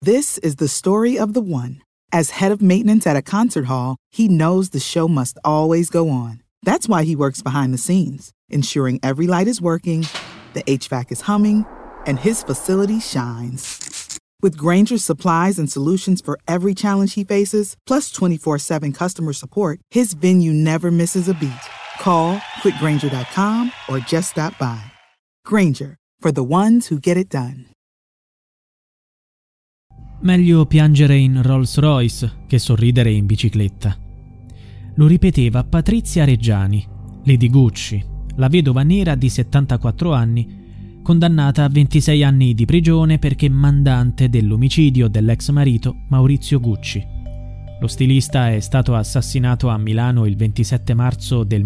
This is the story of the one. As head of maintenance at a concert hall, he knows the show must always go on. That's why he works behind the scenes, ensuring every light is working, the HVAC is humming, and his facility shines. With Grainger's supplies and solutions for every challenge he faces, plus 24/7 customer support, his venue never misses a beat. Call quickgrainger.com or just stop by. Grainger, for the ones who get it done. Meglio piangere in Rolls Royce che sorridere in bicicletta. Lo ripeteva Patrizia Reggiani, Lady Gucci, la vedova nera di 74 anni, condannata a 26 anni di prigione perché mandante dell'omicidio dell'ex marito Maurizio Gucci. Lo stilista è stato assassinato a Milano il 27 marzo del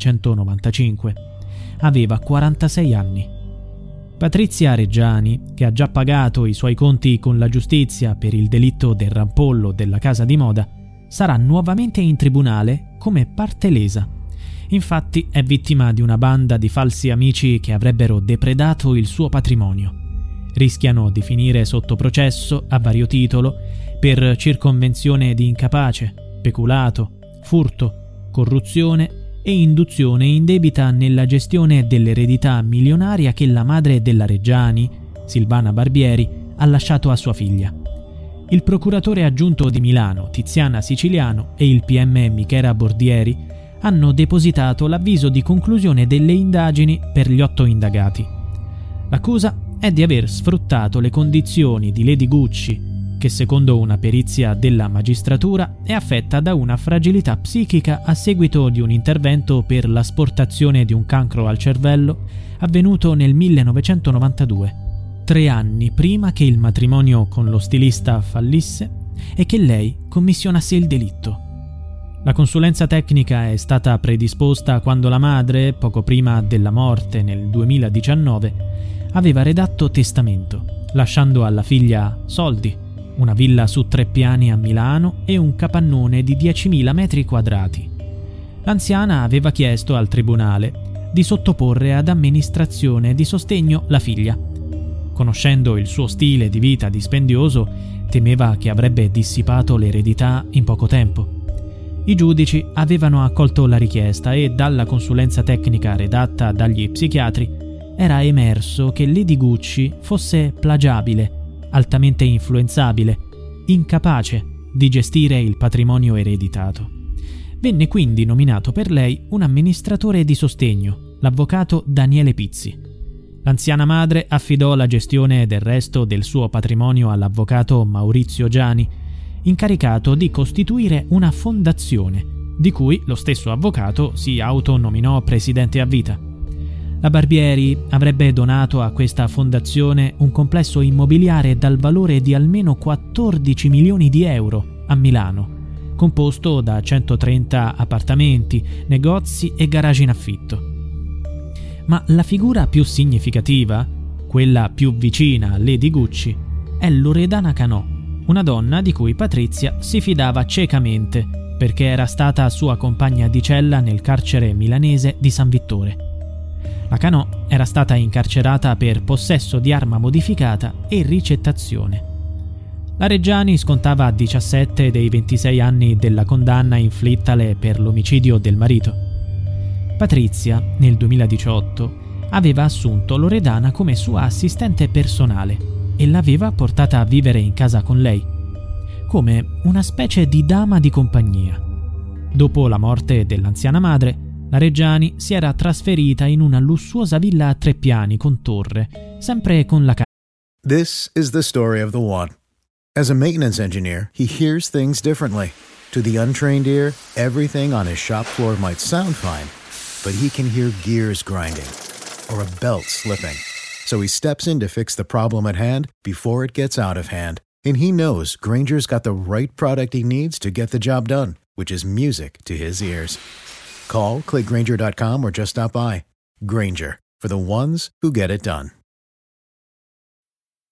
1995. Aveva 46 anni. Patrizia Reggiani, che ha già pagato i suoi conti con la giustizia per il delitto del rampollo della casa di moda, sarà nuovamente in tribunale come parte lesa. Infatti è vittima di una banda di falsi amici che avrebbero depredato il suo patrimonio. Rischiano di finire sotto processo a vario titolo per circonvenzione di incapace, peculato, furto, corruzione e induzione indebita nella gestione dell'eredità milionaria che la madre della Reggiani, Silvana Barbieri, ha lasciato a sua figlia. Il procuratore aggiunto di Milano, Tiziana Siciliano, e il PM Michela Bordieri hanno depositato l'avviso di conclusione delle indagini per gli 8 indagati. L'accusa è di aver sfruttato le condizioni di Lady Gucci, che secondo una perizia della magistratura è affetta da una fragilità psichica a seguito di un intervento per l'asportazione di un cancro al cervello avvenuto nel 1992, 3 anni prima che il matrimonio con lo stilista fallisse e che lei commissionasse il delitto. La consulenza tecnica è stata predisposta quando la madre, poco prima della morte nel 2019, aveva redatto testamento, lasciando alla figlia soldi, una villa su 3 piani a Milano e un capannone di 10.000 metri quadrati. L'anziana aveva chiesto al tribunale di sottoporre ad amministrazione di sostegno la figlia. Conoscendo il suo stile di vita dispendioso, temeva che avrebbe dissipato l'eredità in poco tempo. I giudici avevano accolto la richiesta e dalla consulenza tecnica redatta dagli psichiatri era emerso che Lady Gucci fosse plagiabile, altamente influenzabile, incapace di gestire il patrimonio ereditato. Venne quindi nominato per lei un amministratore di sostegno, l'avvocato Daniele Pizzi. L'anziana madre affidò la gestione del resto del suo patrimonio all'avvocato Maurizio Giani, incaricato di costituire una fondazione, di cui lo stesso avvocato si autonominò presidente a vita. La Barbieri avrebbe donato a questa fondazione un complesso immobiliare dal valore di almeno 14 milioni di euro a Milano, composto da 130 appartamenti, negozi e garage in affitto. Ma la figura più significativa, quella più vicina a Lady Gucci, è Loredana Canò, una donna di cui Patrizia si fidava ciecamente perché era stata sua compagna di cella nel carcere milanese di San Vittore. La Canò era stata incarcerata per possesso di arma modificata e ricettazione. La Reggiani scontava 17 dei 26 anni della condanna inflittale per l'omicidio del marito. Patrizia, nel 2018, aveva assunto Loredana come sua assistente personale e l'aveva portata a vivere in casa con lei, come una specie di dama di compagnia. Dopo la morte dell'anziana madre, la Reggiani si era trasferita in una lussuosa villa a 3 piani con torre, sempre con la This is the story of the one. As a maintenance engineer, he hears things differently. To the untrained ear, everything on his shop floor might sound fine, but he can hear gears grinding or a belt slipping. So he steps in to fix the problem at hand before it gets out of hand. And he knows Grainger's got the right product he needs to get the job done, which is music to his ears. Call, click Grainger.com or just stop by. Grainger, for the ones who get it done.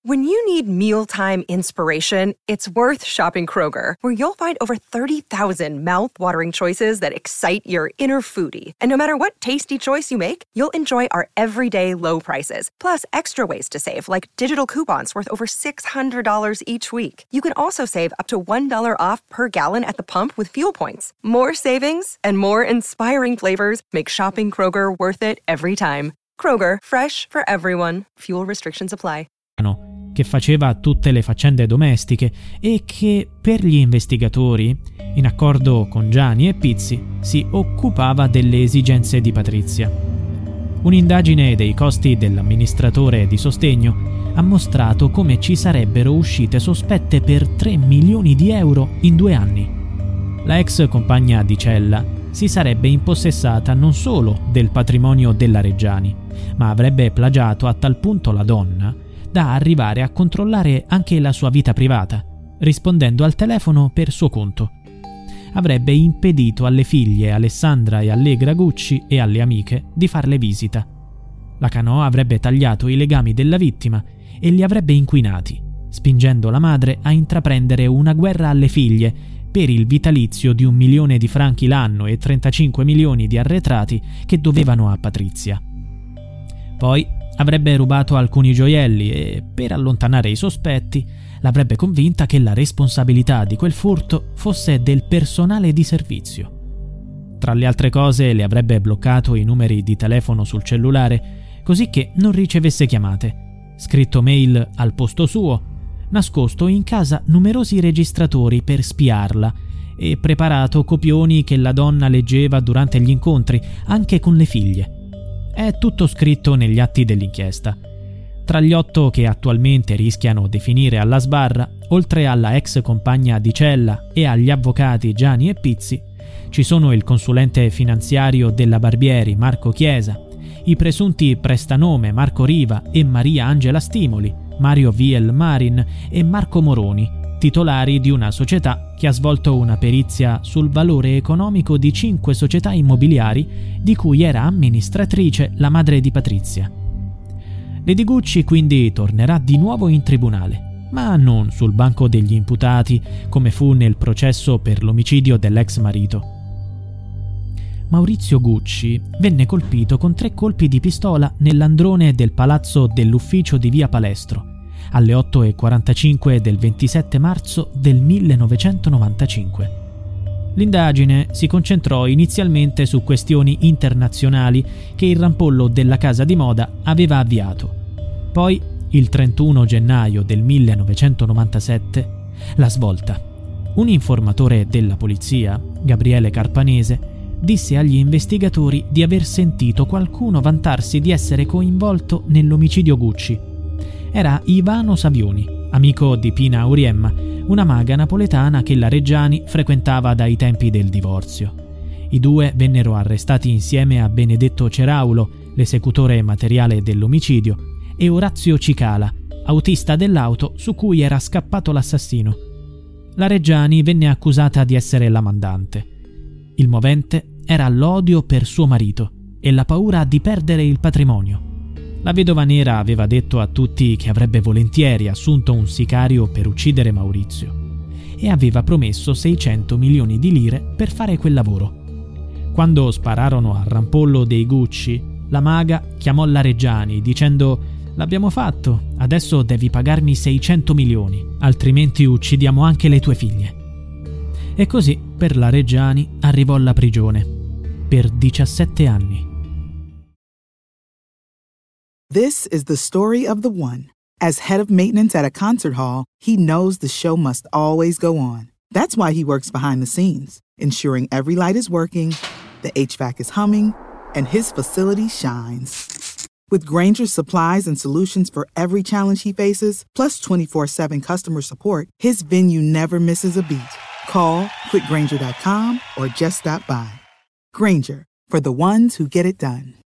When you need mealtime inspiration, it's worth shopping Kroger, where you'll find over 30,000 mouth-watering choices that excite your inner foodie. And no matter what tasty choice you make, you'll enjoy our everyday low prices, plus extra ways to save, like digital coupons worth over $600 each week. You can also save up to $1 off per gallon at the pump with fuel points. More savings and more inspiring flavors make shopping Kroger worth it every time. Kroger, fresh for everyone. Fuel restrictions apply. Che faceva tutte le faccende domestiche e che, per gli investigatori, in accordo con Gianni e Pizzi, si occupava delle esigenze di Patrizia. Un'indagine dei costi dell'amministratore di sostegno ha mostrato come ci sarebbero uscite sospette per 3 milioni di euro in 2 anni. La ex compagna di cella si sarebbe impossessata non solo del patrimonio della Reggiani, ma avrebbe plagiato a tal punto la donna da arrivare a controllare anche la sua vita privata, rispondendo al telefono per suo conto. Avrebbe impedito alle figlie Alessandra e Allegra Gucci e alle amiche di farle visita. La Cano avrebbe tagliato i legami della vittima e li avrebbe inquinati, spingendo la madre a intraprendere una guerra alle figlie per il vitalizio di 1 milione di franchi l'anno e 35 milioni di arretrati che dovevano a Patrizia. Poi avrebbe rubato alcuni gioielli e, per allontanare i sospetti, l'avrebbe convinta che la responsabilità di quel furto fosse del personale di servizio. Tra le altre cose, le avrebbe bloccato i numeri di telefono sul cellulare, così che non ricevesse chiamate, scritto mail al posto suo, nascosto in casa numerosi registratori per spiarla e preparato copioni che la donna leggeva durante gli incontri, anche con le figlie. È tutto scritto negli atti dell'inchiesta. Tra gli 8 che attualmente rischiano di finire alla sbarra, oltre alla ex compagna di cella e agli avvocati Gianni e Pizzi, ci sono il consulente finanziario della Barbieri Marco Chiesa, i presunti prestanome Marco Riva e Maria Angela Stimoli, Mario Viel Marin e Marco Moroni, titolari di una società che ha svolto una perizia sul valore economico di 5 società immobiliari di cui era amministratrice la madre di Patrizia. Lady Gucci quindi tornerà di nuovo in tribunale, ma non sul banco degli imputati come fu nel processo per l'omicidio dell'ex marito. Maurizio Gucci venne colpito con 3 colpi di pistola nell'androne del palazzo dell'ufficio di via Palestro alle 8:45 del 27 marzo del 1995. L'indagine si concentrò inizialmente su questioni internazionali che il rampollo della casa di moda aveva avviato. Poi, il 31 gennaio del 1997, la svolta. Un informatore della polizia, Gabriele Carpanese, disse agli investigatori di aver sentito qualcuno vantarsi di essere coinvolto nell'omicidio Gucci. Era Ivano Savioni, amico di Pina Auriemma, una maga napoletana che la Reggiani frequentava dai tempi del divorzio. I due vennero arrestati insieme a Benedetto Ceraulo, l'esecutore materiale dell'omicidio, e Orazio Cicala, autista dell'auto su cui era scappato l'assassino. La Reggiani venne accusata di essere la mandante. Il movente era l'odio per suo marito e la paura di perdere il patrimonio. La vedova nera aveva detto a tutti che avrebbe volentieri assunto un sicario per uccidere Maurizio e aveva promesso 600 milioni di lire per fare quel lavoro. Quando spararono al rampollo dei Gucci, la maga chiamò la Reggiani dicendo: «L'abbiamo fatto, adesso devi pagarmi 600 milioni, altrimenti uccidiamo anche le tue figlie». E così per la Reggiani arrivò la prigione per 17 anni. This is the story of the one. As head of maintenance at a concert hall, he knows the show must always go on. That's why he works behind the scenes, ensuring every light is working, the HVAC is humming, and his facility shines. With Grainger's supplies and solutions for every challenge he faces, plus 24/7 customer support, his venue never misses a beat. Call quickgrainger.com or just stop by. Grainger, for the ones who get it done.